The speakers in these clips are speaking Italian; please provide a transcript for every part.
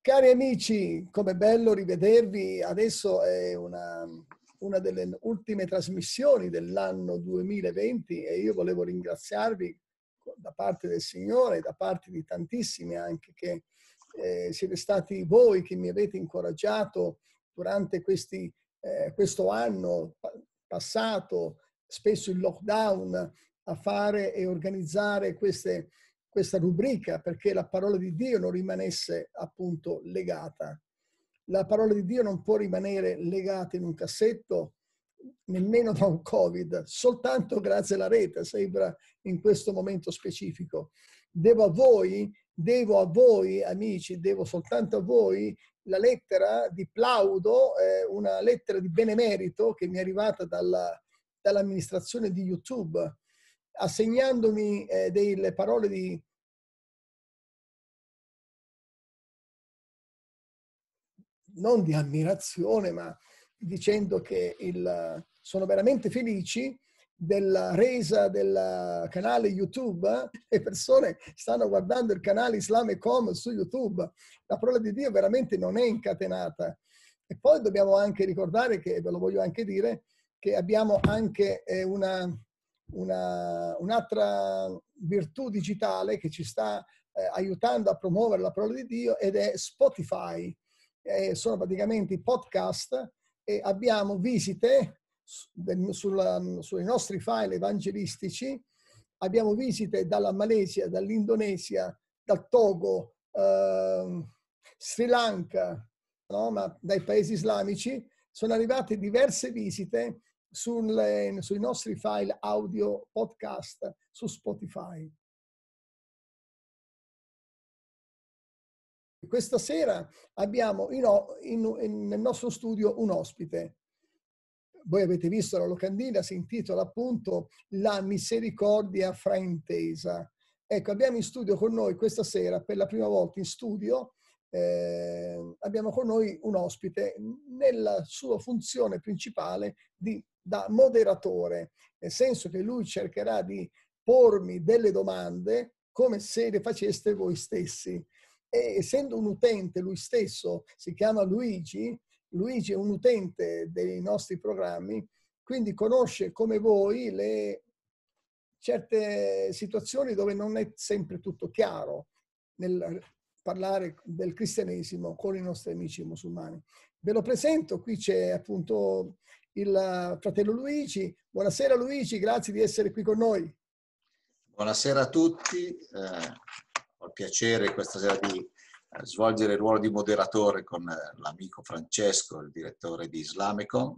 Cari amici, com'è bello rivedervi. Adesso è una delle ultime trasmissioni dell'anno 2020 e io volevo ringraziarvi da parte del Signore, da parte di tantissimi anche che siete stati voi che mi avete incoraggiato durante questo anno passato, spesso in lockdown, a fare e organizzare questa rubrica perché la parola di Dio non rimanesse appunto legata. La parola di Dio non può rimanere legata in un cassetto nemmeno da un Covid, soltanto grazie alla rete, sembra in questo momento specifico. Devo a voi amici, devo soltanto a voi la lettera di plaudo, una lettera di benemerito che mi è arrivata dall'amministrazione di YouTube, assegnandomi delle parole non di ammirazione, ma dicendo che sono veramente felici della resa del canale YouTube. Le persone stanno guardando il canale Islam.com su YouTube. La parola di Dio veramente non è incatenata. E poi dobbiamo anche ricordare che, ve lo voglio anche dire, che abbiamo anche un'altra virtù digitale che ci sta aiutando a promuovere la parola di Dio, ed è Spotify. Sono praticamente i podcast e abbiamo visite sui nostri file evangelistici. Abbiamo visite dalla Malesia, dall'Indonesia, dal Togo, Sri Lanka, no? Ma dai paesi islamici sono arrivate diverse visite sui nostri file audio podcast su Spotify. Questa sera abbiamo nel nostro studio un ospite. Voi avete visto la locandina, si intitola appunto La misericordia fraintesa. Ecco, abbiamo in studio con noi questa sera, per la prima volta in studio, abbiamo con noi un ospite nella sua funzione principale da moderatore, nel senso che lui cercherà di pormi delle domande come se le faceste voi stessi. E essendo un utente lui stesso, si chiama Luigi è un utente dei nostri programmi, quindi conosce come voi certe situazioni dove non è sempre tutto chiaro nel parlare del cristianesimo con i nostri amici musulmani. Ve lo presento, qui c'è appunto il fratello Luigi. Buonasera Luigi, grazie di essere qui con noi. Buonasera a tutti, ho il piacere questa sera di svolgere il ruolo di moderatore con l'amico Francesco, il direttore di Islamicom.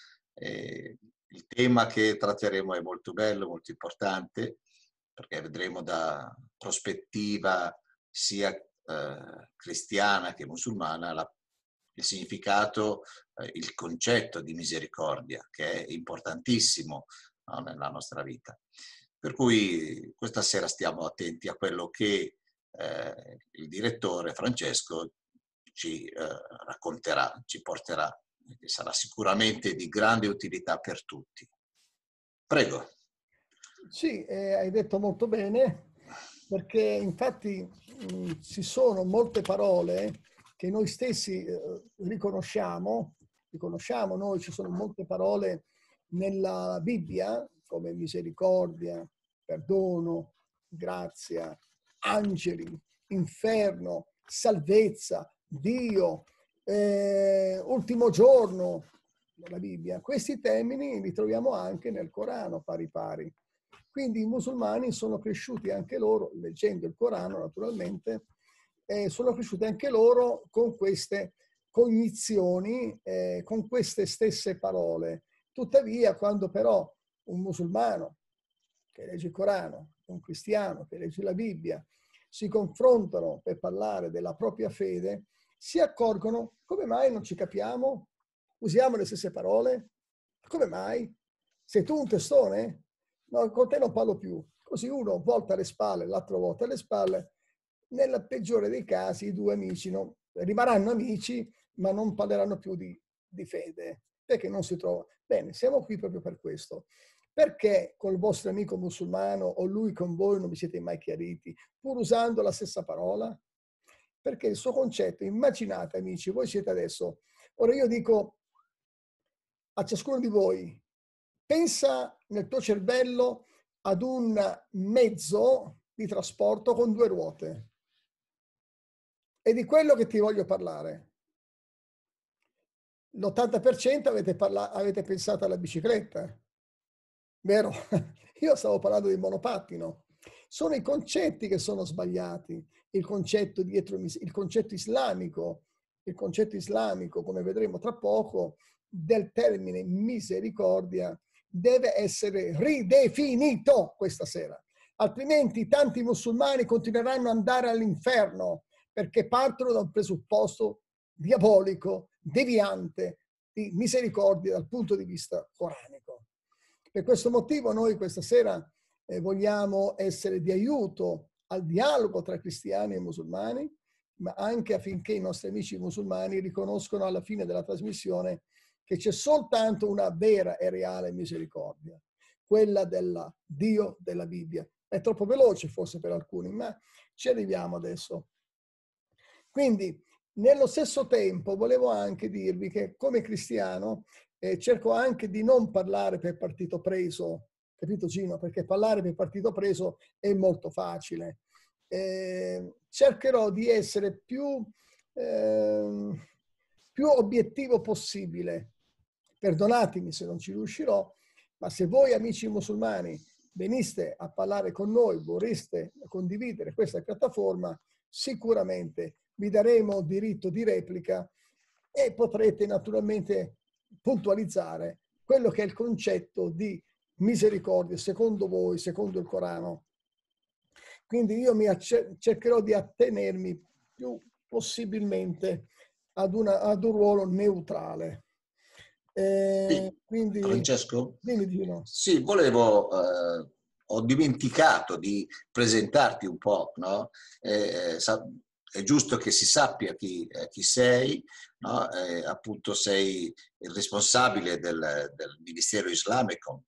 Il tema che tratteremo è molto bello, molto importante, perché vedremo da prospettiva sia cristiana che musulmana il significato, il concetto di misericordia, che è importantissimo, no, nella nostra vita. Per cui questa sera stiamo attenti a quello che il direttore Francesco ci racconterà, ci porterà, che sarà sicuramente di grande utilità per tutti. Prego. Sì, hai detto molto bene, perché infatti ci sono molte parole che noi stessi riconosciamo noi, ci sono molte parole nella Bibbia come misericordia, perdono, grazia, angeli, inferno, salvezza, Dio, ultimo giorno nella Bibbia. Questi termini li troviamo anche nel Corano pari pari. Quindi i musulmani sono cresciuti anche loro, leggendo il Corano naturalmente, sono cresciuti anche loro con queste cognizioni, con queste stesse parole. Tuttavia, quando però un musulmano che legge il Corano, un cristiano che legge la Bibbia, si confrontano per parlare della propria fede, si accorgono: come mai non ci capiamo? Usiamo le stesse parole? Come mai? Sei tu un testone? No, con te non parlo più. Così uno volta le spalle, l'altro volta le spalle. Nel peggiore dei casi i due amici rimarranno amici, ma non parleranno più di fede, perché non si trova. Bene, siamo qui proprio per questo. Perché col vostro amico musulmano o lui con voi non vi siete mai chiariti, pur usando la stessa parola? perché il suo concetto, immaginate amici, voi siete adesso, ora io dico a ciascuno di voi, pensa nel tuo cervello ad un mezzo di trasporto con 2 ruote. È di quello che ti voglio parlare. L'80% avete pensato alla bicicletta, vero? Io stavo parlando di monopattino. Sono i concetti che sono sbagliati, il concetto il concetto islamico, come vedremo tra poco, del termine misericordia deve essere ridefinito questa sera. Altrimenti tanti musulmani continueranno ad andare all'inferno perché partono da un presupposto diabolico, deviante, di misericordia dal punto di vista coranico. Per questo motivo noi questa sera vogliamo essere di aiuto al dialogo tra cristiani e musulmani, ma anche affinché i nostri amici musulmani riconoscono alla fine della trasmissione che c'è soltanto una vera e reale misericordia, quella del Dio della Bibbia. È troppo veloce forse per alcuni, ma ci arriviamo adesso. Quindi, nello stesso tempo, volevo anche dirvi che come cristiano cerco anche di non parlare per partito preso, capito Gino? Perché parlare per partito preso è molto facile. Cercherò di essere più obiettivo possibile. Perdonatemi se non ci riuscirò, ma se voi amici musulmani veniste a parlare con noi, vorreste condividere questa piattaforma, sicuramente vi daremo diritto di replica e potrete naturalmente puntualizzare quello che è il concetto di misericordia secondo voi, secondo il Corano. Quindi io cercherò di attenermi più possibilmente ad un ruolo neutrale. Sì, Quindi, Francesco? dimmi Gino. Sì, ho dimenticato di presentarti un po', no? È giusto che si sappia chi sei, no? Appunto sei il responsabile del Ministero Islamico,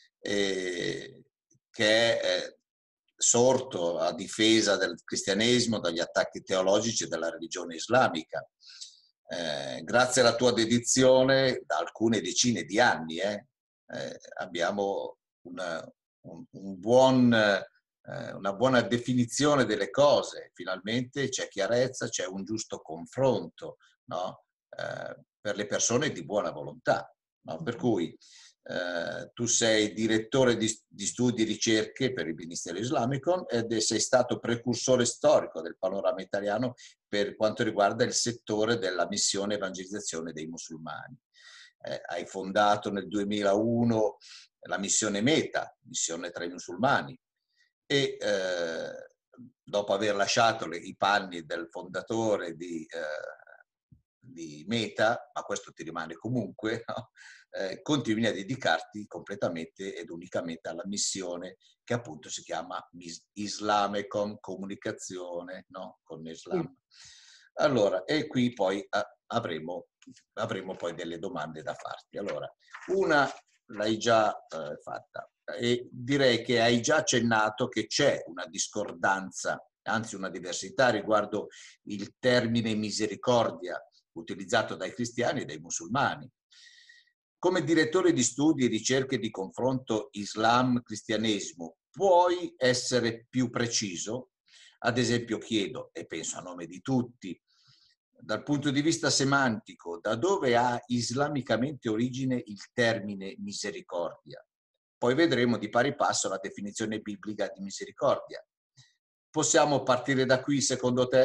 che è sorto a difesa del cristianesimo dagli attacchi teologici della religione islamica. Grazie alla tua dedizione, da alcune decine di anni, abbiamo una buona definizione delle cose. Finalmente c'è chiarezza, c'è un giusto confronto, no? Per le persone di buona volontà, no? Per cui tu sei direttore di studi e ricerche per il Ministero Islamico ed sei stato precursore storico del panorama italiano per quanto riguarda il settore della missione evangelizzazione dei musulmani. Hai fondato nel 2001 la missione Meta, missione tra i musulmani, e dopo aver lasciato i panni del fondatore di Meta, ma questo ti rimane comunque, no? Continui a dedicarti completamente ed unicamente alla missione che appunto si chiama Islamicom, comunicazione, no? Con l'Islam. Allora, e qui poi avremo poi delle domande da farti. Allora, una l'hai già fatta e direi che hai già accennato che c'è una discordanza, anzi una diversità riguardo il termine misericordia utilizzato dai cristiani e dai musulmani. Come direttore di studi e ricerche di confronto Islam-cristianesimo, puoi essere più preciso? Ad esempio chiedo, e penso a nome di tutti, dal punto di vista semantico, da dove ha islamicamente origine il termine misericordia? Poi vedremo di pari passo la definizione biblica di misericordia. Possiamo partire da qui, secondo te?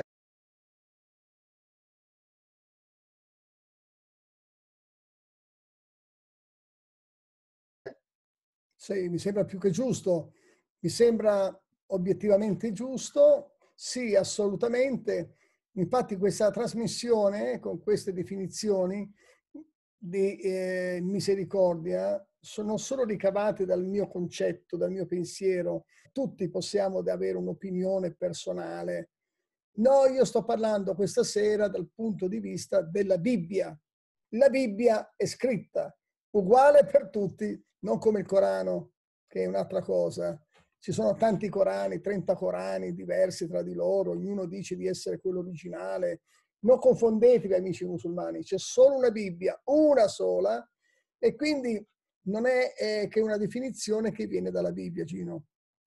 Sì, mi sembra più che giusto, mi sembra obiettivamente giusto, sì, assolutamente. Infatti questa trasmissione con queste definizioni di misericordia sono solo ricavate dal mio concetto, dal mio pensiero. Tutti possiamo avere un'opinione personale. No, io sto parlando questa sera dal punto di vista della Bibbia. La Bibbia è scritta, uguale per tutti, non come il Corano, che è un'altra cosa. Ci sono tanti Corani, 30 Corani diversi tra di loro, ognuno dice di essere quello originale. Non confondetevi, amici musulmani, c'è solo una Bibbia, una sola, e quindi non è che una definizione che viene dalla Bibbia, Gino.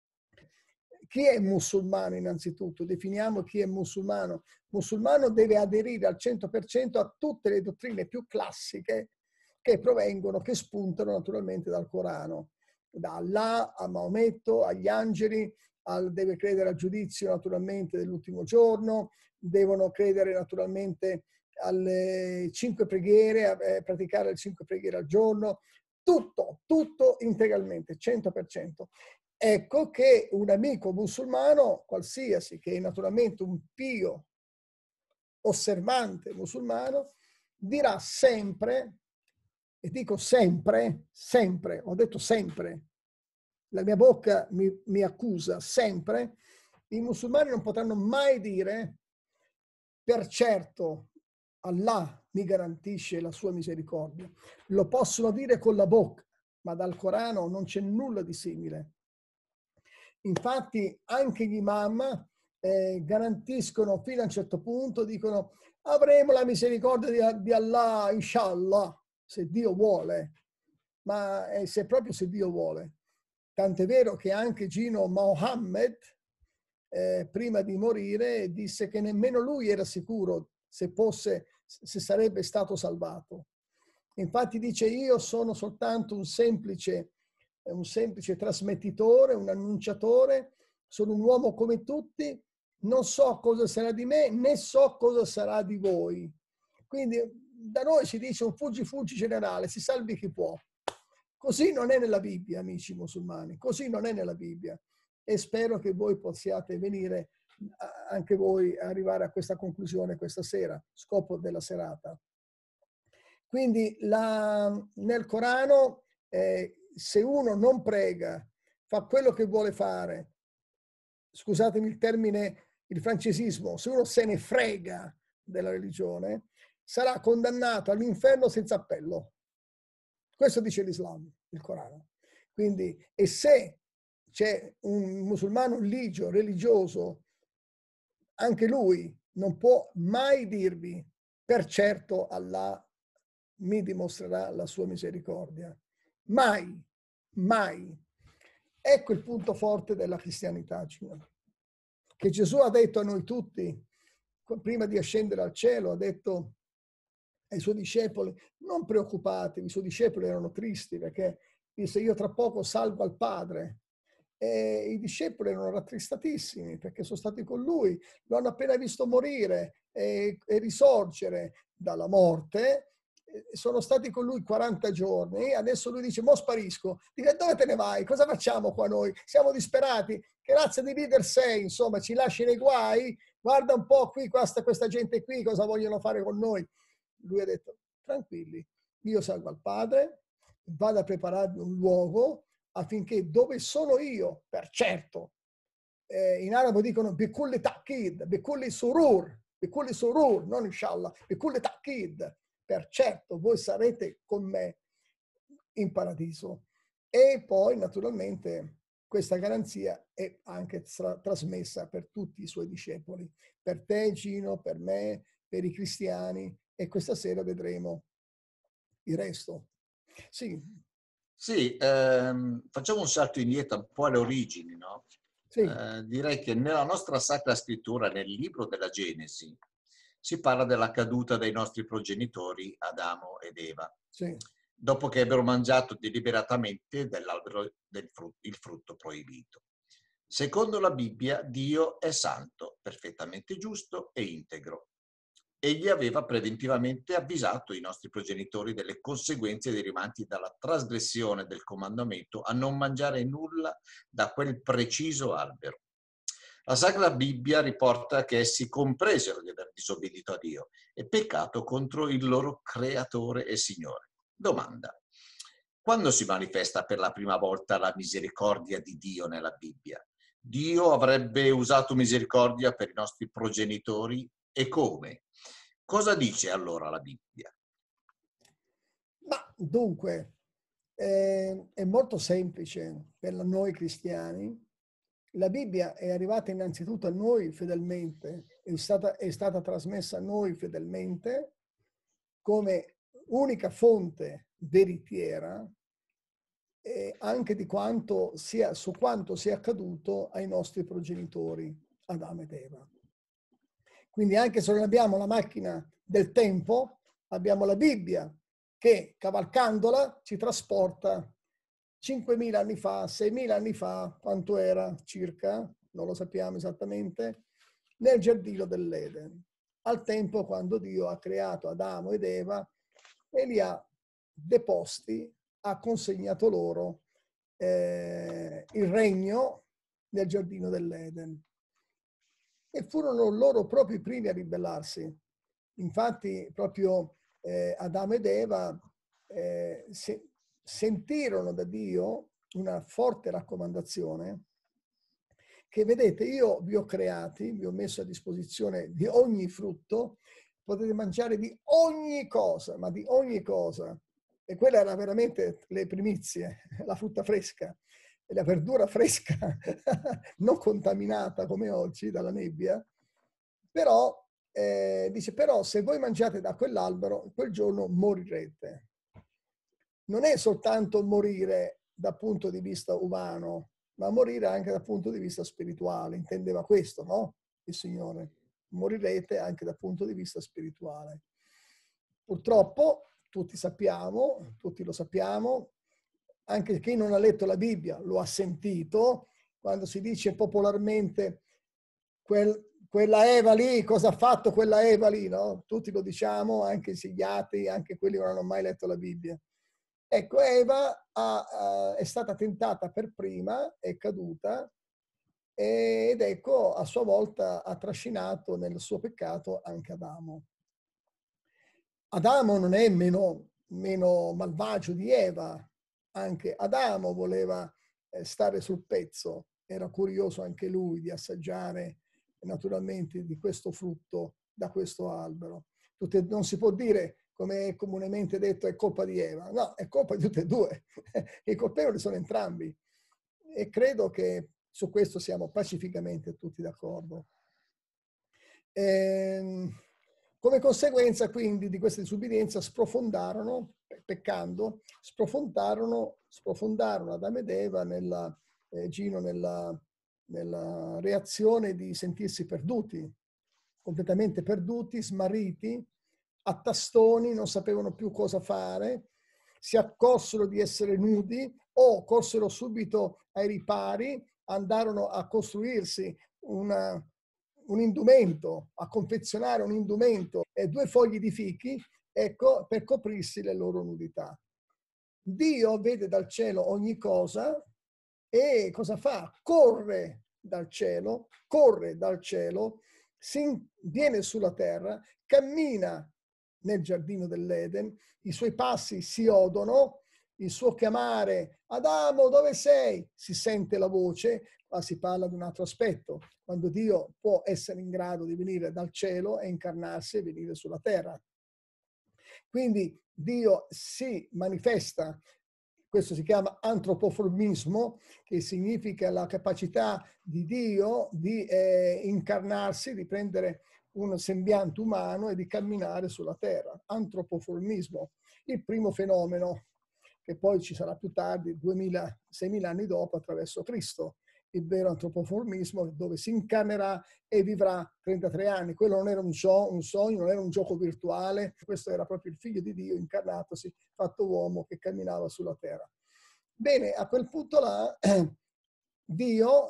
Chi è musulmano innanzitutto? Definiamo chi è musulmano. Musulmano deve aderire al 100% a tutte le dottrine più classiche che provengono, che spuntano naturalmente dal Corano, da Allah a Maometto, agli angeli, deve credere al giudizio naturalmente dell'ultimo giorno, devono credere naturalmente alle 5 preghiere, praticare le 5 preghiere al giorno, tutto integralmente, 100%. Ecco che un amico musulmano, qualsiasi, che è naturalmente un pio osservante musulmano, dirà sempre, e dico sempre, sempre, ho detto sempre, la mia bocca mi accusa sempre, i musulmani non potranno mai dire, per certo, Allah mi garantisce la sua misericordia. Lo possono dire con la bocca, ma dal Corano non c'è nulla di simile. Infatti anche gli imam garantiscono fino a un certo punto, dicono avremo la misericordia di Allah, inshallah, se Dio vuole, ma se proprio se Dio vuole. Tant'è vero che anche Gino Mohammed, prima di morire, disse che nemmeno lui era sicuro se sarebbe stato salvato. Infatti dice: io sono soltanto un semplice trasmettitore, un annunciatore, sono un uomo come tutti, non so cosa sarà di me, né so cosa sarà di voi. Quindi da noi si dice un fuggi generale, si salvi chi può. Così non è nella Bibbia, amici musulmani, così non è nella Bibbia. E spero che voi possiate venire, anche voi, arrivare a questa conclusione questa sera, scopo della serata. Quindi nel Corano, se uno non prega, fa quello che vuole fare, scusatemi il termine, il francesismo, se uno se ne frega della religione, sarà condannato all'inferno senza appello. Questo dice l'Islam, il Corano. Quindi, e se c'è un musulmano ligio, religioso, anche lui non può mai dirvi, per certo Allah mi dimostrerà la sua misericordia. Mai, mai. Ecco il punto forte della cristianità, che Gesù ha detto a noi tutti, prima di ascendere al cielo, ha detto ai suoi discepoli: non preoccupatevi. I suoi discepoli erano tristi perché disse: io tra poco salgo al Padre. E i discepoli erano rattristatissimi perché sono stati con lui, lo hanno appena visto morire e risorgere dalla morte, sono stati con lui 40 giorni, adesso lui dice: mo sparisco. Dice: dove te ne vai? Cosa facciamo qua noi? Siamo disperati, che razza di leader sei? Insomma, ci lasci nei guai? Guarda un po' qui, questa gente qui, cosa vogliono fare con noi? Lui ha detto: tranquilli, io salgo al Padre, vado a prepararvi un luogo affinché dove sono io, per certo, in arabo dicono bikulli ta'kid, bikulli surur, non inshallah, bikulli ta'kid, per certo voi sarete con me in paradiso. E poi naturalmente questa garanzia è anche trasmessa per tutti i suoi discepoli, per te Gino, per me, per i cristiani, e questa sera vedremo il resto. Sì. Sì, facciamo un salto indietro un po' alle origini, no? Sì. Direi che nella nostra Sacra Scrittura, nel libro della Genesi, si parla della caduta dei nostri progenitori Adamo ed Eva, Sì. dopo che ebbero mangiato deliberatamente dell'albero il frutto proibito. Secondo la Bibbia, Dio è santo, perfettamente giusto e integro. Egli aveva preventivamente avvisato i nostri progenitori delle conseguenze derivanti dalla trasgressione del comandamento a non mangiare nulla da quel preciso albero. La Sacra Bibbia riporta che essi compresero di aver disobbedito a Dio e peccato contro il loro creatore e Signore. Domanda: quando si manifesta per la prima volta la misericordia di Dio nella Bibbia? Dio avrebbe usato misericordia per i nostri progenitori e come? Cosa dice allora la Bibbia? Ma dunque, è molto semplice per noi cristiani, la Bibbia è arrivata innanzitutto a noi fedelmente, è stata trasmessa a noi fedelmente come unica fonte veritiera anche di su quanto sia accaduto ai nostri progenitori, Adamo ed Eva. Quindi anche se non abbiamo la macchina del tempo, abbiamo la Bibbia che, cavalcandola, ci trasporta 5.000 anni fa, 6.000 anni fa, quanto era circa, non lo sappiamo esattamente, nel giardino dell'Eden, al tempo quando Dio ha creato Adamo ed Eva e li ha deposti, ha consegnato loro il regno nel giardino dell'Eden. E furono loro proprio i primi a ribellarsi. Infatti proprio Adamo ed Eva sentirono da Dio una forte raccomandazione che, vedete, io vi ho creati, vi ho messo a disposizione di ogni frutto, potete mangiare di ogni cosa, ma di ogni cosa. E quella era veramente le primizie, la frutta fresca e la verdura fresca, non contaminata come oggi dalla nebbia. Però, dice, però se voi mangiate da quell'albero, quel giorno morirete. Non è soltanto morire dal punto di vista umano, ma morire anche dal punto di vista spirituale. Intendeva questo, no? Il Signore. Morirete anche dal punto di vista spirituale. Purtroppo, tutti lo sappiamo, anche chi non ha letto la Bibbia lo ha sentito, quando si dice popolarmente quella Eva lì, cosa ha fatto quella Eva lì, no? Tutti lo diciamo, anche i sigliati, anche quelli che non hanno mai letto la Bibbia. Ecco, Eva è stata tentata per prima, è caduta, ed ecco, a sua volta ha trascinato nel suo peccato anche Adamo. Adamo non è meno malvagio di Eva, anche Adamo voleva stare sul pezzo, era curioso anche lui di assaggiare naturalmente di questo frutto da questo albero. Non si può dire, come è comunemente detto, è colpa di Eva. No, è colpa di tutte e due. I colpevoli sono entrambi. E credo che su questo siamo pacificamente tutti d'accordo. Come conseguenza quindi di questa disubbidienza peccando, sprofondarono Adamo ed Eva nella reazione di sentirsi perduti, completamente perduti, smarriti, a tastoni, non sapevano più cosa fare, si accorsero di essere nudi o corsero subito ai ripari, andarono a costruirsi un indumento, a confezionare un indumento e 2 fogli di fichi, ecco, per coprirsi le loro nudità. Dio vede dal cielo ogni cosa e cosa fa? Corre dal cielo, viene sulla terra, cammina nel giardino dell'Eden, i suoi passi si odono, il suo chiamare, Adamo, dove sei? Si sente la voce, ma si parla di un altro aspetto, quando Dio può essere in grado di venire dal cielo e incarnarsi e venire sulla terra. Quindi Dio si manifesta, questo si chiama antropoformismo, che significa la capacità di Dio di incarnarsi, di prendere un sembiante umano e di camminare sulla terra. Antropoformismo, il primo fenomeno che poi ci sarà più tardi, 6.000 anni dopo, attraverso Cristo, il vero antropoformismo, dove si incarnerà e vivrà 33 anni. Quello non era un sogno, non era un gioco virtuale, questo era proprio il figlio di Dio incarnatosi, fatto uomo, che camminava sulla terra. Bene, a quel punto là, Dio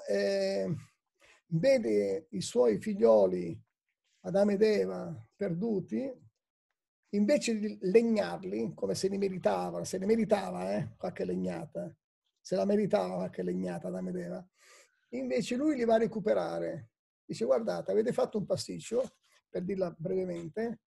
vede i suoi figlioli, Adamo ed Eva, perduti, invece di legnarli, come se ne meritava qualche legnata, se la meritava qualche legnata Adamo ed Eva, invece lui li va a recuperare. Dice, guardate, avete fatto un pasticcio, per dirla brevemente,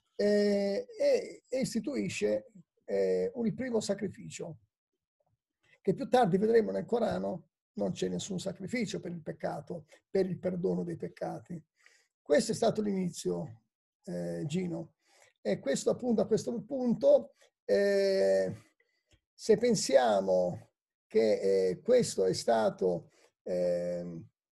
e istituisce il primo sacrificio, che più tardi vedremo nel Corano non c'è nessun sacrificio per il peccato, per il perdono dei peccati. Questo è stato l'inizio, Gino. E questo appunto, a questo punto, se pensiamo che questo è stato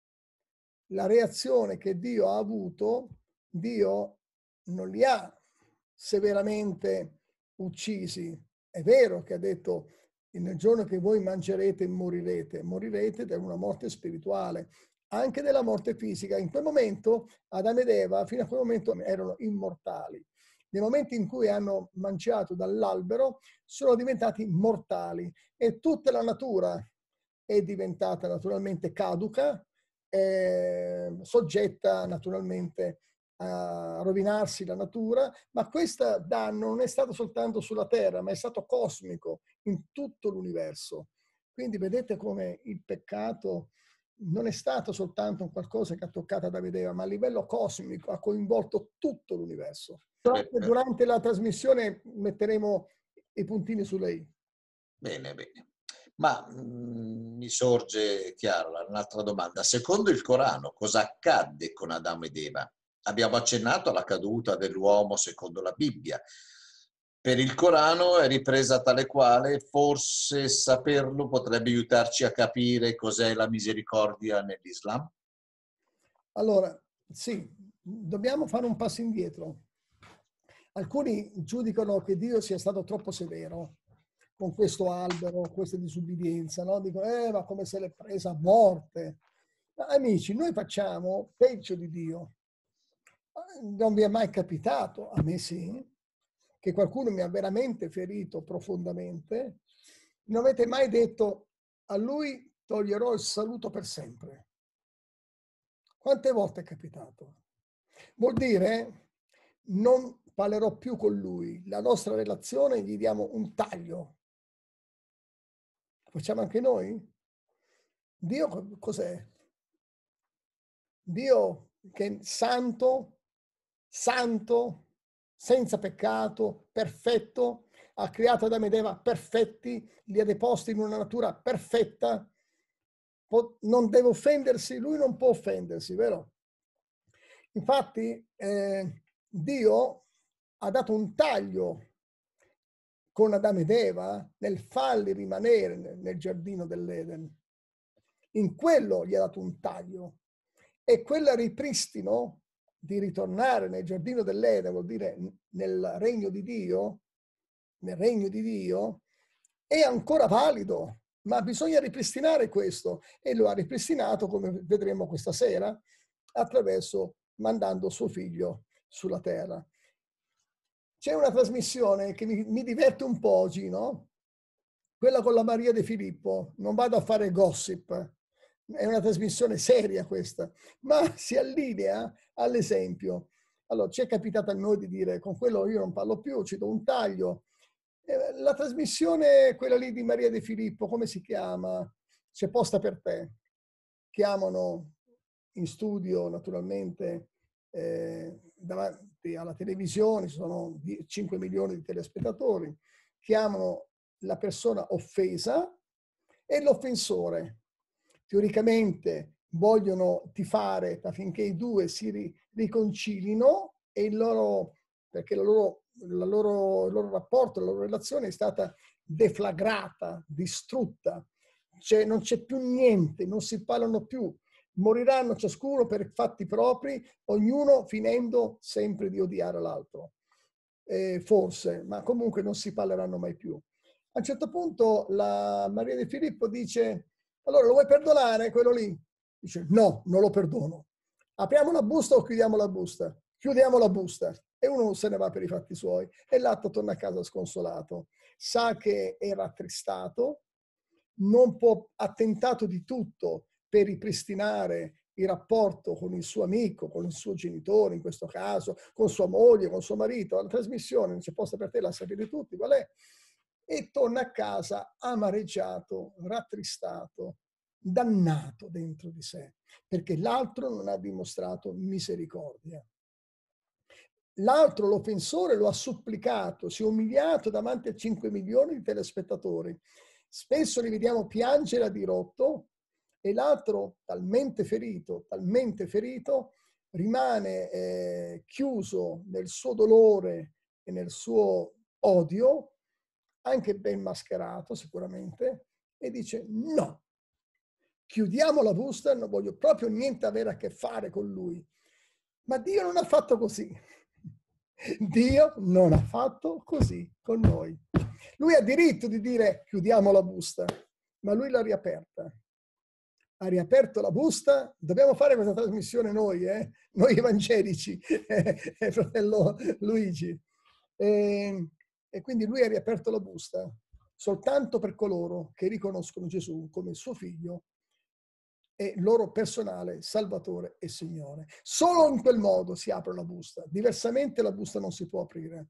la reazione che Dio ha avuto, Dio non li ha severamente uccisi. È vero che ha detto nel giorno che voi mangerete morirete, morirete da una morte spirituale, anche della morte fisica. In quel momento Adamo ed Eva fino a quel momento erano immortali. Nel momento in cui hanno mangiato dall'albero sono diventati mortali e tutta la natura è diventata naturalmente caduca, soggetta naturalmente a rovinarsi la natura, ma questo danno non è stato soltanto sulla Terra, ma è stato cosmico in tutto l'universo. Quindi vedete come il peccato non è stato soltanto un qualcosa che ha toccato Adamo ed Eva, ma a livello cosmico ha coinvolto tutto l'universo. Durante la trasmissione metteremo i puntini su lei. Bene, bene. Ma mi sorge, chiaro, un'altra domanda. Secondo il Corano, cosa accadde con Adamo ed Eva? Abbiamo accennato alla caduta dell'uomo secondo la Bibbia. Per il Corano è ripresa tale quale, forse saperlo potrebbe aiutarci a capire cos'è la misericordia nell'Islam? Allora, sì, dobbiamo fare un passo indietro. Alcuni giudicano che Dio sia stato troppo severo con questo albero, questa disubbidienza, no? Dicono, ma come se l'è presa a morte. Ma amici, noi facciamo peggio di Dio. Non vi è mai capitato, a me sì, che qualcuno mi ha veramente ferito profondamente. Non avete mai detto, a lui toglierò il saluto per sempre. Quante volte è capitato? Vuol dire non parlerò più con lui, la nostra relazione gli diamo un taglio. Facciamo anche noi? Dio cos'è? Dio che è santo, santo, senza peccato, perfetto, ha creato Adamo ed Eva perfetti, li ha deposti in una natura perfetta, non deve offendersi, lui non può offendersi, vero? Infatti Dio ha dato un taglio con Adamo ed Eva nel farli rimanere nel giardino dell'Eden. In quello gli ha dato un taglio. E quel ripristino di ritornare nel giardino dell'Eden, vuol dire nel regno di Dio, è ancora valido, ma bisogna ripristinare questo. E lo ha ripristinato, come vedremo questa sera, attraverso mandando suo figlio sulla terra. C'è una trasmissione che mi diverte un po' oggi, no? Quella con la Maria De Filippo. Non vado a fare gossip, è una trasmissione seria questa, ma si allinea all'esempio. Allora, ci è capitato a noi di dire, con quello io non parlo più, ci do un taglio. La trasmissione, quella lì di Maria De Filippo, come si chiama? C'è posta per te. Chiamano in studio, naturalmente, davanti alla televisione, ci sono 5 milioni di telespettatori, chiamano la persona offesa e l'offensore. Teoricamente vogliono tifare affinché i due si riconcilino e perché il loro rapporto, la loro relazione è stata deflagrata, distrutta. Non c'è più niente, non si parlano più. Moriranno ciascuno per fatti propri, ognuno finendo sempre di odiare l'altro. Forse, ma comunque non si parleranno mai più. A un certo punto la Maria De Filippo dice, allora lo vuoi perdonare quello lì? Dice, no, non lo perdono. Apriamo la busta o chiudiamo la busta? Chiudiamo la busta. E uno se ne va per i fatti suoi. E l'altro torna a casa sconsolato. Sa che è rattristato, non ha tentato di tutto per ripristinare il rapporto con il suo amico, con il suo genitore in questo caso, con sua moglie, con suo marito. La trasmissione non c'è posta per te, la sapete tutti qual è. E torna a casa amareggiato, rattristato, dannato dentro di sé, perché l'altro non ha dimostrato misericordia. L'altro, l'offensore, lo ha supplicato, si è umiliato davanti a 5 milioni di telespettatori. Spesso li vediamo piangere a dirotto e l'altro, talmente ferito, rimane chiuso nel suo dolore e nel suo odio, anche ben mascherato sicuramente, e dice no, chiudiamo la busta, non voglio proprio niente avere a che fare con lui. Ma Dio non ha fatto così. Dio non ha fatto così con noi. Lui ha diritto di dire chiudiamo la busta, ma lui l'ha riaperta. Ha riaperto la busta. Dobbiamo fare questa trasmissione noi evangelici, fratello Luigi. E quindi lui ha riaperto la busta soltanto per coloro che riconoscono Gesù come suo figlio e loro personale Salvatore e Signore. Solo in quel modo si apre la busta, diversamente la busta non si può aprire.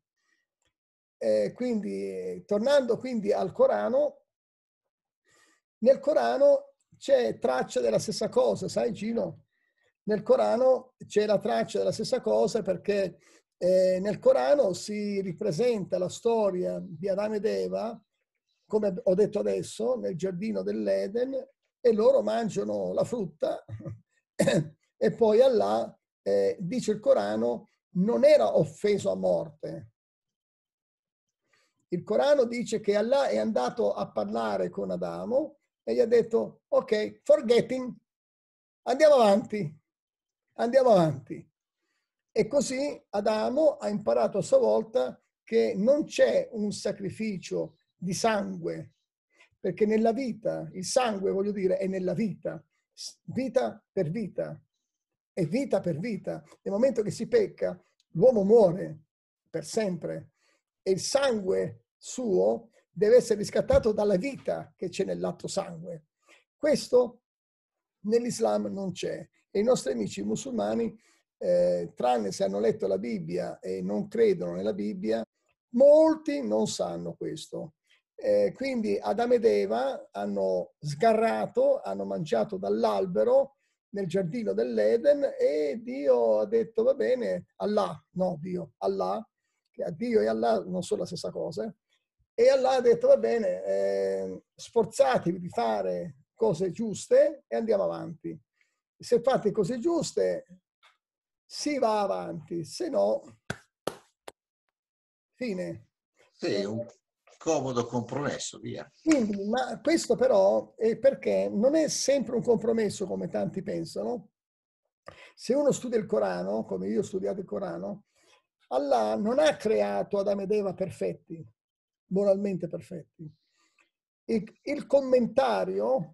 Quindi, tornando quindi al Corano, nel Corano c'è traccia della stessa cosa, sai Gino? Nel Corano c'è la traccia della stessa cosa perché nel Corano si ripresenta la storia di Adamo ed Eva, come ho detto adesso, nel giardino dell'Eden, e loro mangiano la frutta e poi Allah, dice il Corano, non era offeso a morte. Il Corano dice che Allah è andato a parlare con Adamo e gli ha detto, ok, forgetting, andiamo avanti, andiamo avanti. E così Adamo ha imparato a sua volta che non c'è un sacrificio di sangue, perché nella vita, il sangue, voglio dire, è nella vita, vita per vita, è vita per vita. Nel momento che si pecca, l'uomo muore per sempre e il sangue suo deve essere riscattato dalla vita che c'è nell'altro sangue. Questo nell'Islam non c'è e i nostri amici musulmani, tranne se hanno letto la Bibbia e non credono nella Bibbia, molti non sanno questo. Quindi Adamo ed Eva hanno sgarrato, hanno mangiato dall'albero nel giardino dell'Eden e Dio ha detto va bene, Allah, che Dio e Allah non sono la stessa cosa, e Allah ha detto va bene, sforzatevi di fare cose giuste e andiamo avanti. Se fate cose giuste si va avanti, se no fine. Sì, un comodo compromesso, via. Quindi, ma questo però è perché non è sempre un compromesso come tanti pensano. Se uno studia il Corano, come io ho studiato il Corano, Allah non ha creato Adamo ed Eva perfetti, moralmente perfetti. Il commentario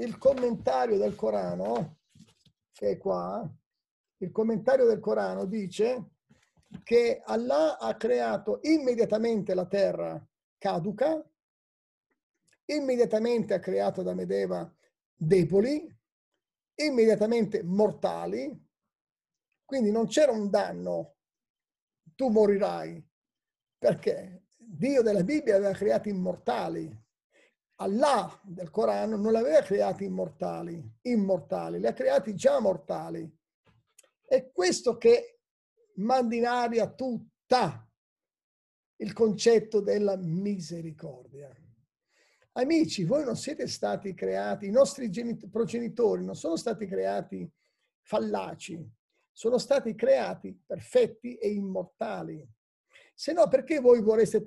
del Corano, che è qua, il commentario del Corano dice che Allah ha creato immediatamente la terra caduca, immediatamente ha creato Adamo ed Eva deboli, immediatamente mortali, quindi non c'era un danno, tu morirai, perché Dio della Bibbia aveva creati immortali. Allah del Corano non li aveva creati immortali, li ha creati già mortali. È questo che manda in aria tutta il concetto della misericordia. Amici, voi non siete stati creati, i nostri progenitori non sono stati creati fallaci, sono stati creati perfetti e immortali. Se no, perché voi vorreste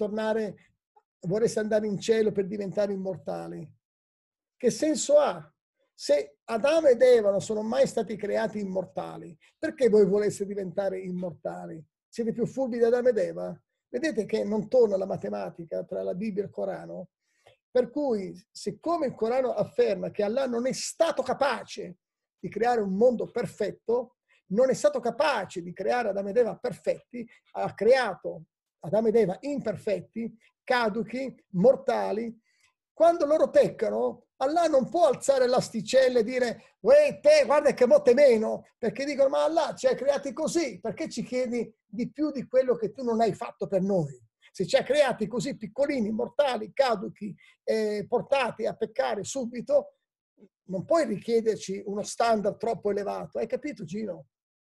andare in cielo per diventare immortali? Che senso ha? Se Adamo ed Eva non sono mai stati creati immortali, perché voi voleste diventare immortali? Siete più furbi di Adamo ed Eva? Vedete che non torna la matematica tra la Bibbia e il Corano? Per cui, siccome il Corano afferma che Allah non è stato capace di creare un mondo perfetto, non è stato capace di creare Adamo ed Eva perfetti, ha creato Adamo ed Eva imperfetti, caduchi, mortali. Quando loro peccano, Allah non può alzare l'asticella e dire uè te, guarda che mo te meno, perché dicono ma Allah ci hai creati così, perché ci chiedi di più di quello che tu non hai fatto per noi? Se ci ha creati così piccolini, mortali, caduchi, portati a peccare subito, non puoi richiederci uno standard troppo elevato. Hai capito, Gino?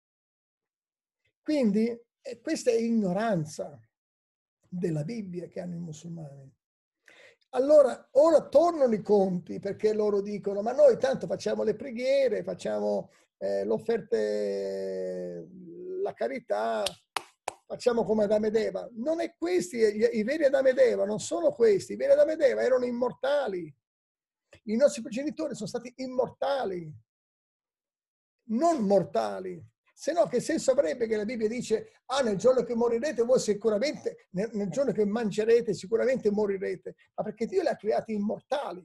Quindi questa è ignoranza della Bibbia che hanno i musulmani. Allora, ora tornano i conti perché loro dicono ma noi tanto facciamo le preghiere, facciamo l'offerta, la carità, facciamo come Adamo ed Eva. Non è questi, i veri Adamo ed Eva non sono questi, i veri Adamo ed Eva erano immortali. I nostri progenitori sono stati immortali, non mortali. Se no, che senso avrebbe che la Bibbia dice, nel giorno che morirete, voi sicuramente, nel giorno che mangerete, sicuramente morirete. Ma perché Dio li ha creati immortali.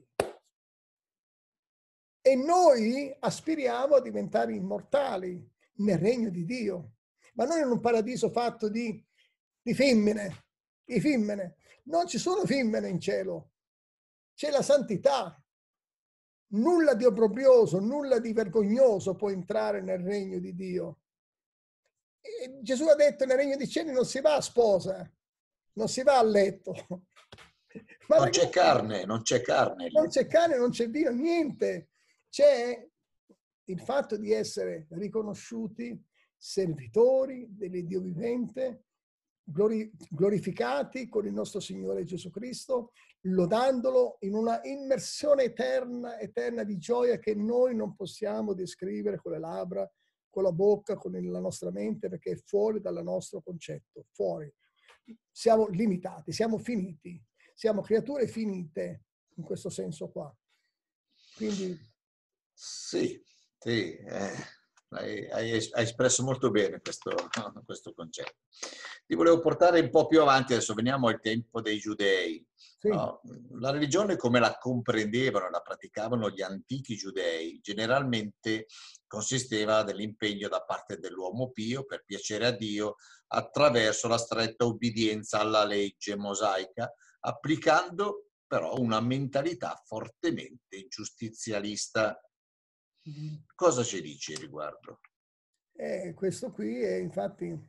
E noi aspiriamo a diventare immortali nel regno di Dio. Ma non in un paradiso fatto di femmine. Di femmine. Non ci sono femmine in cielo. C'è la santità. Nulla di obbrobrioso, nulla di vergognoso può entrare nel regno di Dio. E Gesù ha detto: nel regno dei cieli non si va a sposa, non si va a letto. Ma non c'è carne, non c'è carne. Non c'è carne, non c'è vino, niente. C'è il fatto di essere riconosciuti servitori dell'Iddio vivente, glorificati con il nostro Signore Gesù Cristo, lodandolo in una immersione eterna di gioia che noi non possiamo descrivere con le labbra, con la bocca, con la nostra mente, perché è fuori dal nostro concetto, fuori. Siamo limitati, siamo finiti, siamo creature finite in questo senso qua. Quindi sì, hai espresso molto bene questo concetto. Ti volevo portare un po' più avanti, adesso veniamo al tempo dei giudei. sì. No? La religione, come la comprendevano, la praticavano gli antichi giudei, generalmente consisteva nell'impegno da parte dell'uomo pio per piacere a Dio attraverso la stretta obbedienza alla legge mosaica, applicando però una mentalità fortemente giustizialista. Cosa ci dici riguardo? Questo qui è infatti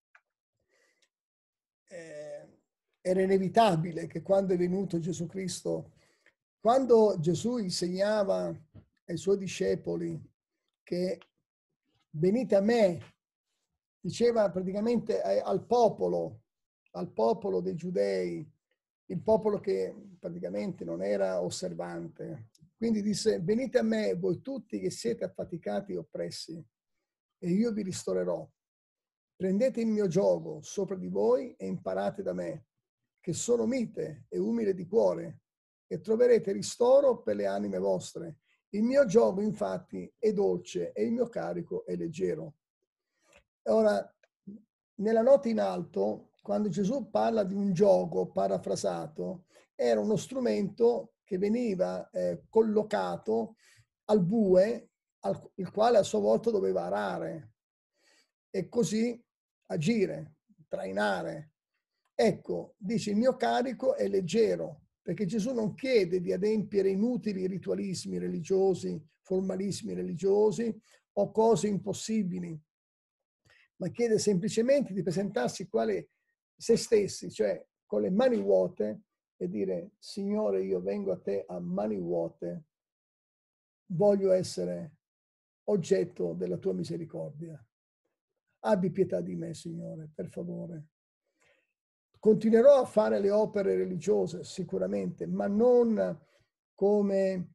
era inevitabile che quando è venuto Gesù Cristo, quando Gesù insegnava ai suoi discepoli che venite a me, diceva praticamente al popolo dei giudei, il popolo che praticamente non era osservante. Quindi disse: venite a me voi tutti che siete affaticati e oppressi, e io vi ristorerò. Prendete il mio giogo sopra di voi e imparate da me, che sono mite e umile di cuore, e troverete ristoro per le anime vostre. Il mio giogo, infatti, è dolce e il mio carico è leggero. Ora, nella nota in alto, quando Gesù parla di un giogo parafrasato, era uno strumento che veniva collocato al bue, il quale a sua volta doveva arare e così agire, trainare. Ecco, dice: il mio carico è leggero, perché Gesù non chiede di adempiere inutili ritualismi religiosi, formalismi religiosi o cose impossibili, ma chiede semplicemente di presentarsi quale se stessi, cioè con le mani vuote, e dire: Signore, io vengo a te a mani vuote, voglio essere oggetto della tua misericordia. Abbi pietà di me, Signore, per favore. Continuerò a fare le opere religiose, sicuramente, ma non come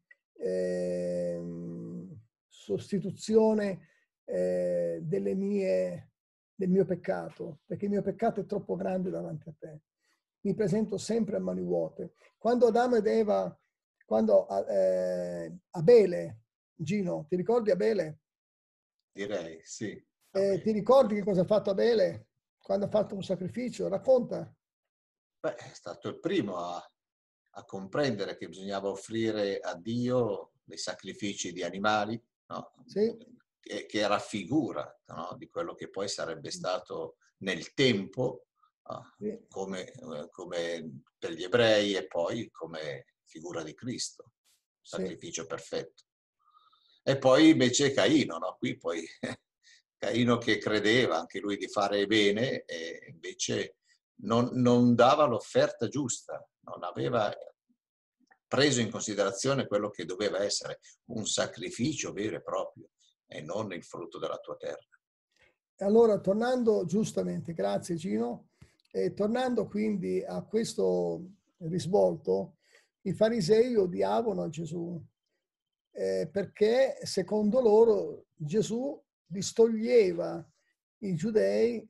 sostituzione del mio peccato, perché il mio peccato è troppo grande davanti a te. Mi presento sempre a mani vuote. Quando Adamo ed Eva, quando Abele, Gino, ti ricordi Abele? Direi, sì. Ti ricordi che cosa ha fatto Abele quando ha fatto un sacrificio? Racconta. Beh, è stato il primo a comprendere che bisognava offrire a Dio dei sacrifici di animali, no? Sì. Che raffigura, no? Di quello che poi sarebbe stato nel tempo, Sì. come per gli ebrei e poi come figura di Cristo, sacrificio perfetto. E poi invece Caino, no? Qui poi Caino che credeva anche lui di fare bene e invece non dava l'offerta giusta, non aveva preso in considerazione quello che doveva essere un sacrificio vero e proprio e non il frutto della tua terra. Allora, tornando giustamente, grazie Gino, tornando quindi a questo risvolto, i farisei odiavano Gesù perché secondo loro Gesù distoglieva i giudei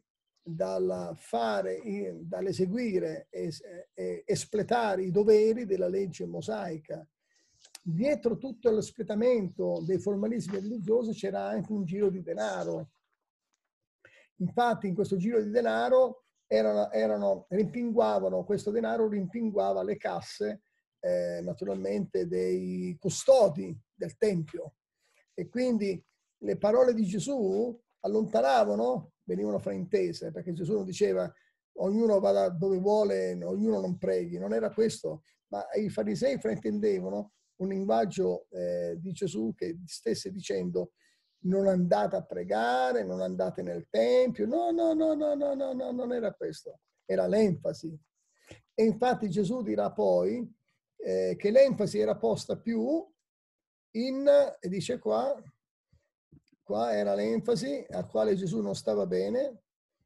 dall'eseguire e espletare i doveri della legge mosaica. dietro tutto l'espletamento dei formalismi religiosi c'era anche un giro di denaro. Infatti in questo giro di denaro rimpinguavano, questo denaro rimpinguava le casse naturalmente dei custodi del Tempio, e quindi le parole di Gesù allontanavano, venivano fraintese, perché Gesù non diceva ognuno vada dove vuole, ognuno non preghi, non era questo, ma i farisei fraintendevano un linguaggio di Gesù che stesse dicendo: non andate a pregare, non andate nel tempio. No, no, no, no, no, no, no, non era questo, era l'enfasi. E infatti Gesù dirà poi che l'enfasi era posta più in, e dice qua era l'enfasi a quale Gesù non stava bene,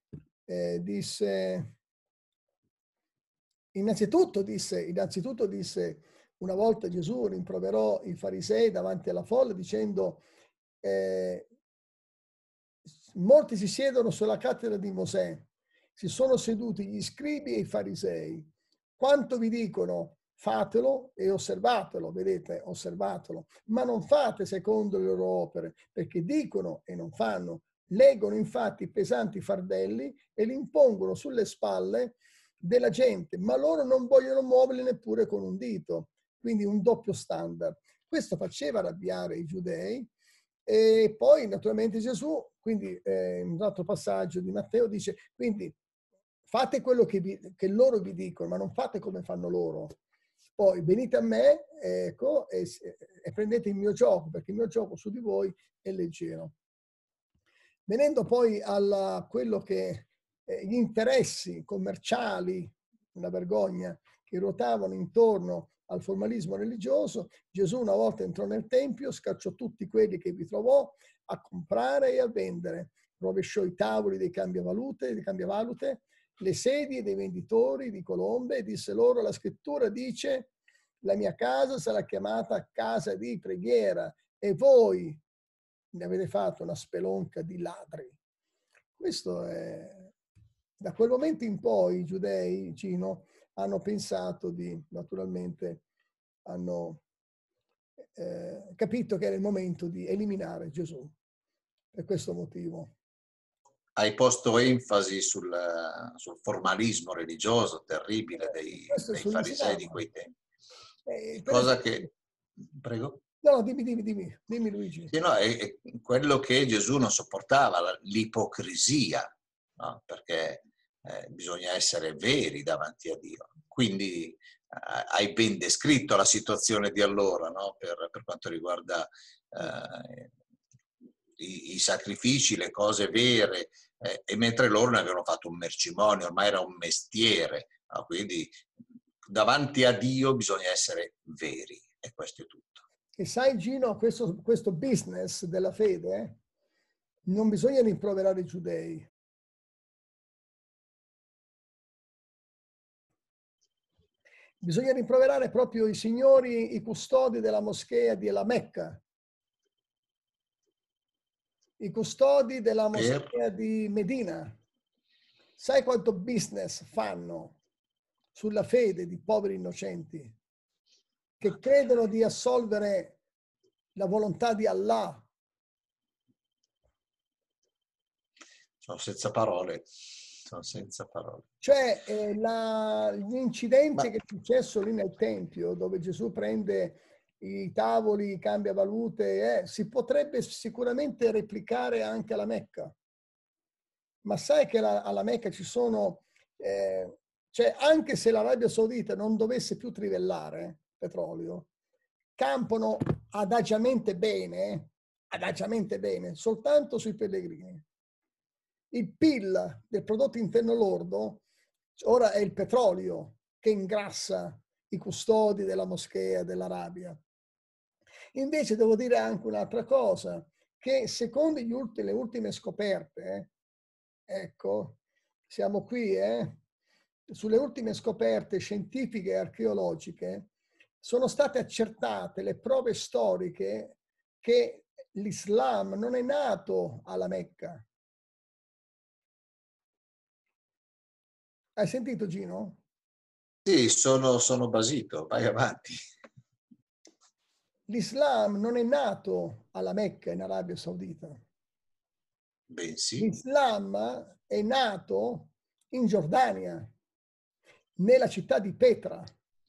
innanzitutto disse, una volta Gesù rimproverò i farisei davanti alla folla dicendo: molti si siedono sulla cattedra di Mosè, si sono seduti gli scribi e i farisei. Quanto vi dicono, fatelo e osservatelo, vedete, osservatelo, ma non fate secondo le loro opere, perché dicono e non fanno. Leggono infatti pesanti fardelli e li impongono sulle spalle della gente, ma loro non vogliono muoverli neppure con un dito. Quindi un doppio standard. Questo faceva arrabbiare i giudei. E poi naturalmente Gesù, quindi in un altro passaggio di Matteo dice: quindi fate quello che loro vi dicono, ma non fate come fanno loro. Poi venite a me, ecco, e prendete il mio gioco, perché il mio gioco su di voi è leggero. Venendo poi a quello che gli interessi commerciali, una vergogna, che ruotavano intorno al formalismo religioso, Gesù una volta entrò nel tempio, scacciò tutti quelli che vi trovò a comprare e a vendere, rovesciò i tavoli dei cambiavalute, le sedie dei venditori di colombe e disse loro: la scrittura dice: la mia casa sarà chiamata casa di preghiera e voi ne avete fatto una spelonca di ladri. Questo è... Da quel momento in poi i giudei, Gino, hanno pensato naturalmente, hanno capito che era il momento di eliminare Gesù. Per questo motivo. Hai posto enfasi sul formalismo religioso terribile dei farisei di quei tempi. Cosa che... Prego? No, dimmi Luigi. Sì, no, è quello che Gesù non sopportava, l'ipocrisia, no? Perché bisogna essere veri davanti a Dio. Quindi hai ben descritto la situazione di allora, no? Per quanto riguarda i sacrifici, le cose vere, e mentre loro ne avevano fatto un mercimonio, ormai era un mestiere, no? Quindi davanti a Dio bisogna essere veri, e questo è tutto. E sai, Gino, questo business della fede, non bisogna rimproverare i giudei. Bisogna rimproverare proprio i signori, i custodi della moschea di La Mecca, i custodi della moschea di Medina. Sai quanto business fanno sulla fede di poveri innocenti che credono di assolvere la volontà di Allah? Sono senza parole. Senza parole. Cioè l'incidente che è successo lì nel Tempio, dove Gesù prende i tavoli, cambia valute, si potrebbe sicuramente replicare anche alla Mecca. Ma sai che alla Mecca ci sono, cioè anche se l'Arabia Saudita non dovesse più trivellare petrolio, campano adagiamente bene, soltanto sui pellegrini. Il PIL del prodotto interno lordo ora è il petrolio che ingrassa i custodi della moschea dell'Arabia. Invece devo dire anche un'altra cosa, che secondo le ultime scoperte, ecco, siamo qui, sulle ultime scoperte scientifiche e archeologiche, sono state accertate le prove storiche che l'Islam non è nato alla Mecca. Hai sentito, Gino? Sì, sono basito, vai avanti. l'Islam non è nato alla Mecca, in Arabia Saudita. Bensì, L'Islam è nato in Giordania, nella città di Petra.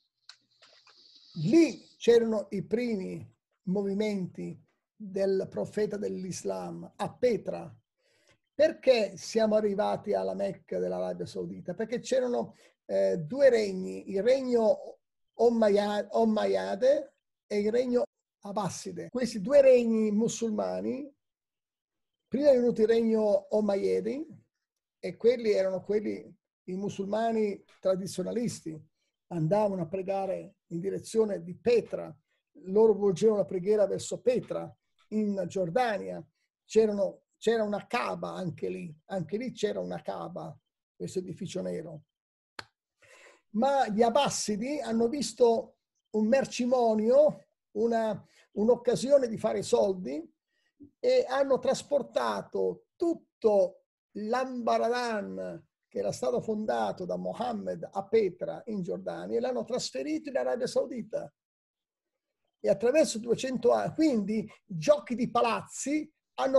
Lì c'erano i primi movimenti del profeta dell'Islam, a Petra. Perché siamo arrivati alla Mecca dell'Arabia Saudita? Perché c'erano due regni, il regno Omayyade e il regno Abbaside. Questi due regni musulmani, prima è venuto il regno Omayyadi, e quelli erano i musulmani tradizionalisti, andavano a pregare in direzione di Petra, loro volgevano la preghiera verso Petra, in Giordania. C'era una Kaaba anche lì c'era una Kaaba, questo edificio nero. Ma gli Abbasidi hanno visto un mercimonio, un'occasione di fare soldi, e hanno trasportato tutto l'Ambaradan che era stato fondato da Mohammed a Petra in Giordania e l'hanno trasferito in Arabia Saudita. E attraverso 200 anni, quindi giochi di palazzi hanno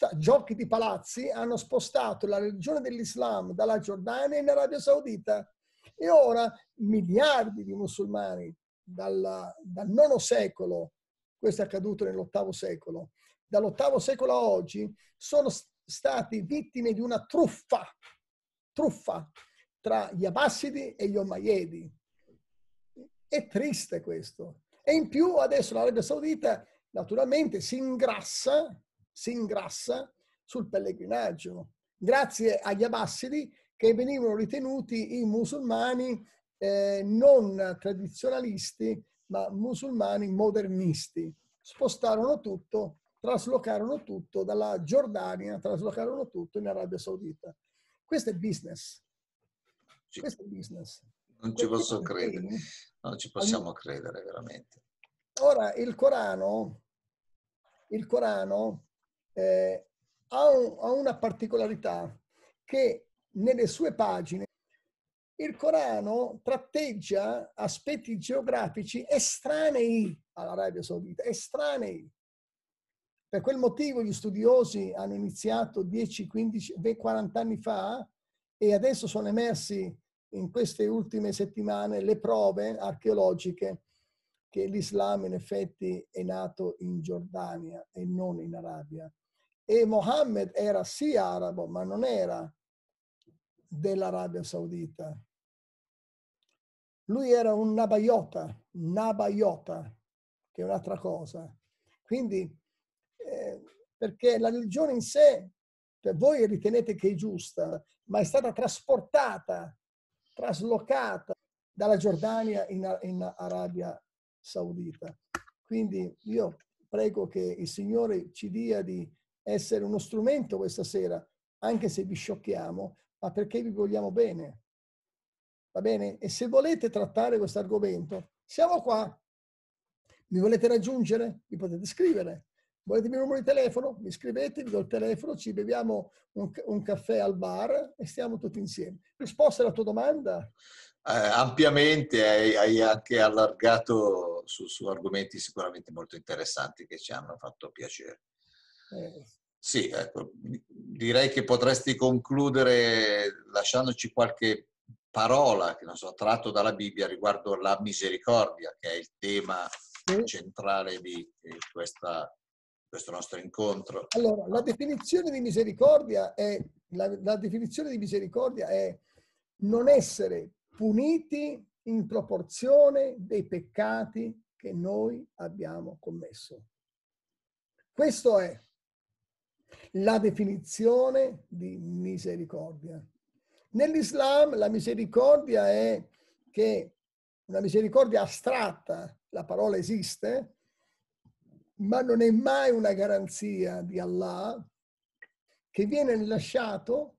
spostato la religione dell'Islam dalla Giordania in Arabia Saudita. E ora miliardi di musulmani dal IX secolo, questo è accaduto nell'VIII secolo, dall'VIII secolo a oggi sono stati vittime di una truffa tra gli Abbasidi e gli Omayyadi. È triste questo. E in più adesso l'Arabia Saudita naturalmente si ingrassa sul pellegrinaggio, grazie agli Abbasidi, che venivano ritenuti i musulmani non tradizionalisti, ma musulmani modernisti. Spostarono tutto, traslocarono tutto dalla Giordania, traslocarono tutto in Arabia Saudita. Questo è business. sì. Questo è business. Non ci posso credere, non ci possiamo credere veramente. Ora, il Corano ha una particolarità, che nelle sue pagine il Corano tratteggia aspetti geografici estranei all'Arabia Saudita, estranei. Per quel motivo gli studiosi hanno iniziato 10, 15, 40 anni fa, e adesso sono emersi in queste ultime settimane le prove archeologiche che l'Islam in effetti è nato in Giordania e non in Arabia. E Mohammed era sì arabo, ma non era dell'Arabia Saudita. Lui era un Nabayota, che è un'altra cosa. Quindi, perché la religione in sé, per voi ritenete che è giusta, ma è stata traslocata dalla Giordania in Arabia Saudita. Quindi io prego che il Signore ci dia di essere uno strumento questa sera, anche se vi sciocchiamo, ma perché vi vogliamo bene. Va bene? E se volete trattare questo argomento, siamo qua. Mi volete raggiungere? Mi potete scrivere. Volete il mio numero di telefono? Mi scrivete, vi do il telefono, ci beviamo un caffè al bar e stiamo tutti insieme. Risposta alla tua domanda? Ampiamente, hai anche allargato su argomenti sicuramente molto interessanti che ci hanno fatto piacere. Sì, ecco, direi che potresti concludere lasciandoci qualche parola, che non so, tratto dalla Bibbia riguardo la misericordia, che è il tema centrale di questo nostro incontro. Allora, la definizione di misericordia è non essere puniti in proporzione dei peccati che noi abbiamo commesso. Questa è la definizione di misericordia. Nell'Islam la misericordia è che una misericordia astratta, la parola esiste, ma non è mai una garanzia di Allah, che viene rilasciato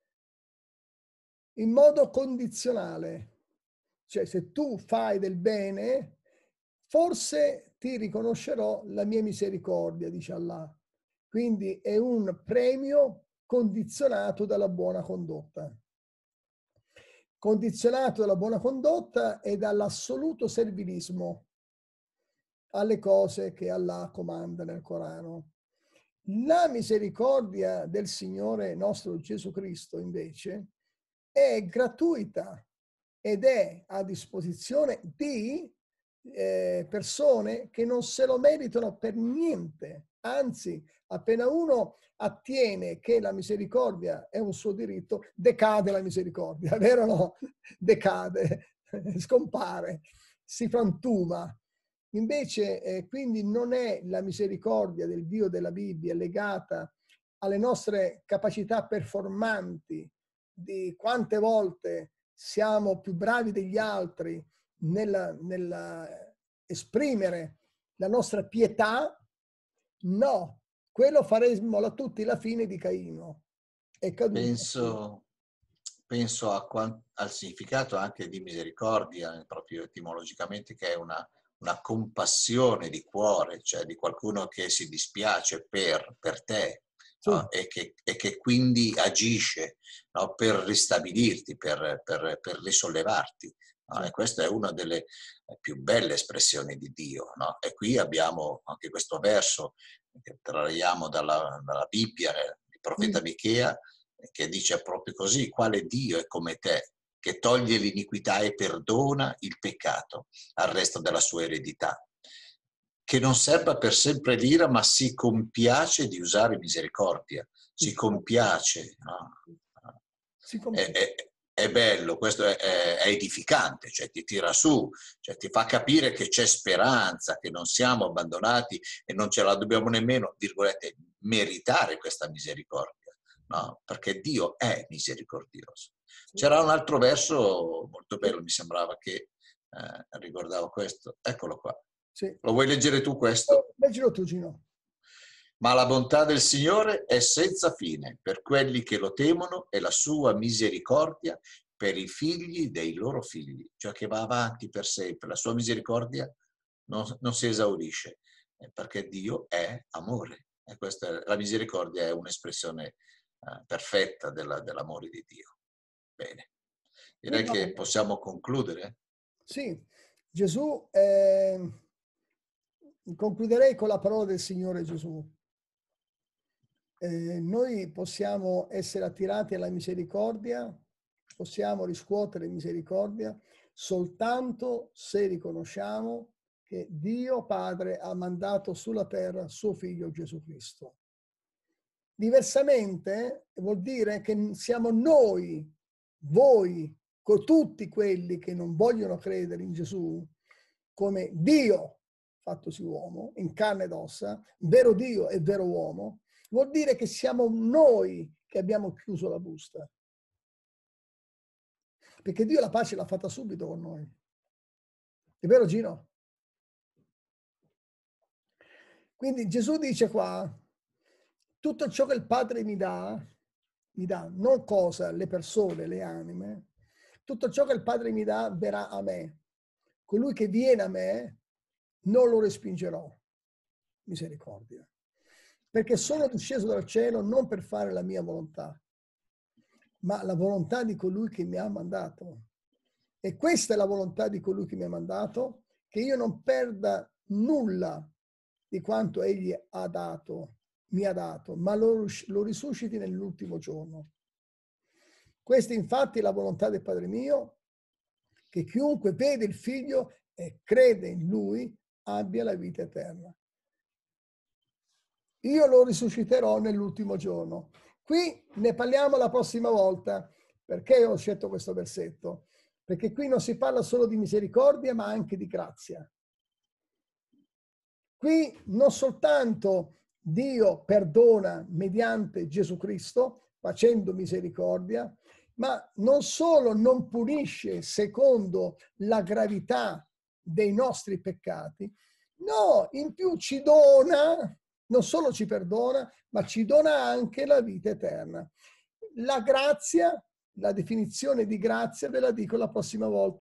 in modo condizionale. Cioè, se tu fai del bene, forse ti riconoscerò la mia misericordia, dice Allah. Quindi è un premio condizionato dalla buona condotta. Condizionato dalla buona condotta e dall'assoluto servilismo. alle cose che Allah comanda nel Corano. La misericordia del Signore nostro Gesù Cristo, invece, è gratuita ed è a disposizione di persone che non se lo meritano per niente. Anzi, appena uno attiene che la misericordia è un suo diritto, decade la misericordia, vero o no? Decade, scompare, si frantuma. Invece, quindi non è la misericordia del Dio della Bibbia legata alle nostre capacità performanti, di quante volte siamo più bravi degli altri nella esprimere la nostra pietà. No, quello faremmo a tutti la fine di Caino. È caduto. Penso al significato anche di misericordia, proprio etimologicamente, che è una compassione di cuore, cioè di qualcuno che si dispiace per te, Sì. no? e che quindi agisce, no? Per ristabilirti, per risollevarti. No? Sì. E questa è una delle più belle espressioni di Dio. No? E qui abbiamo anche questo verso che traiamo dalla Bibbia, il profeta Michea, che dice proprio così: quale Dio è come te, che toglie l'iniquità e perdona il peccato al resto della sua eredità, che non serba per sempre l'ira, ma si compiace di usare misericordia, si compiace. No? Si compiace. È bello, questo è edificante, cioè ti tira su, cioè ti fa capire che c'è speranza, che non siamo abbandonati e non ce la dobbiamo nemmeno, virgolette, meritare questa misericordia, no? Perché Dio è misericordioso. C'era un altro verso molto bello, mi sembrava che ricordavo questo, eccolo qua. Sì. Lo vuoi leggere tu questo? Leggilo tu, Gino. Ma la bontà del Signore è senza fine per quelli che lo temono e la sua misericordia per i figli dei loro figli, cioè che va avanti per sempre. La sua misericordia non si esaurisce, perché Dio è amore. E la misericordia è un'espressione perfetta dell'amore di Dio. Bene, direi che possiamo concludere. Sì, Gesù, concluderei con la parola del Signore Gesù. Noi possiamo essere attirati alla misericordia, possiamo riscuotere misericordia soltanto se riconosciamo che Dio Padre ha mandato sulla terra suo figlio Gesù Cristo. Diversamente vuol dire che siamo noi, voi, con tutti quelli che non vogliono credere in Gesù come Dio fattosi uomo, in carne ed ossa, vero Dio e vero uomo, vuol dire che siamo noi che abbiamo chiuso la busta. Perché Dio la pace l'ha fatta subito con noi. È vero, Gino? Quindi Gesù dice qua: tutto ciò che il Padre mi dà, non cosa, le persone, le anime, tutto ciò che il Padre mi dà verrà a me. Colui che viene a me non lo respingerò. Misericordia. Perché sono disceso dal cielo non per fare la mia volontà, ma la volontà di colui che mi ha mandato. E questa è la volontà di colui che mi ha mandato, che io non perda nulla di quanto egli ha dato, mi ha dato, ma lo risusciti nell'ultimo giorno. Questa infatti è la volontà del Padre mio, che chiunque vede il Figlio e crede in Lui abbia la vita eterna. Io lo risusciterò nell'ultimo giorno. Qui ne parliamo la prossima volta. Perché ho scelto questo versetto? Perché qui non si parla solo di misericordia, ma anche di grazia. Qui non soltanto Dio perdona mediante Gesù Cristo, facendo misericordia, ma non solo non punisce secondo la gravità dei nostri peccati, no, in più ci dona, non solo ci perdona, ma ci dona anche la vita eterna. La grazia, la definizione di grazia ve la dico la prossima volta.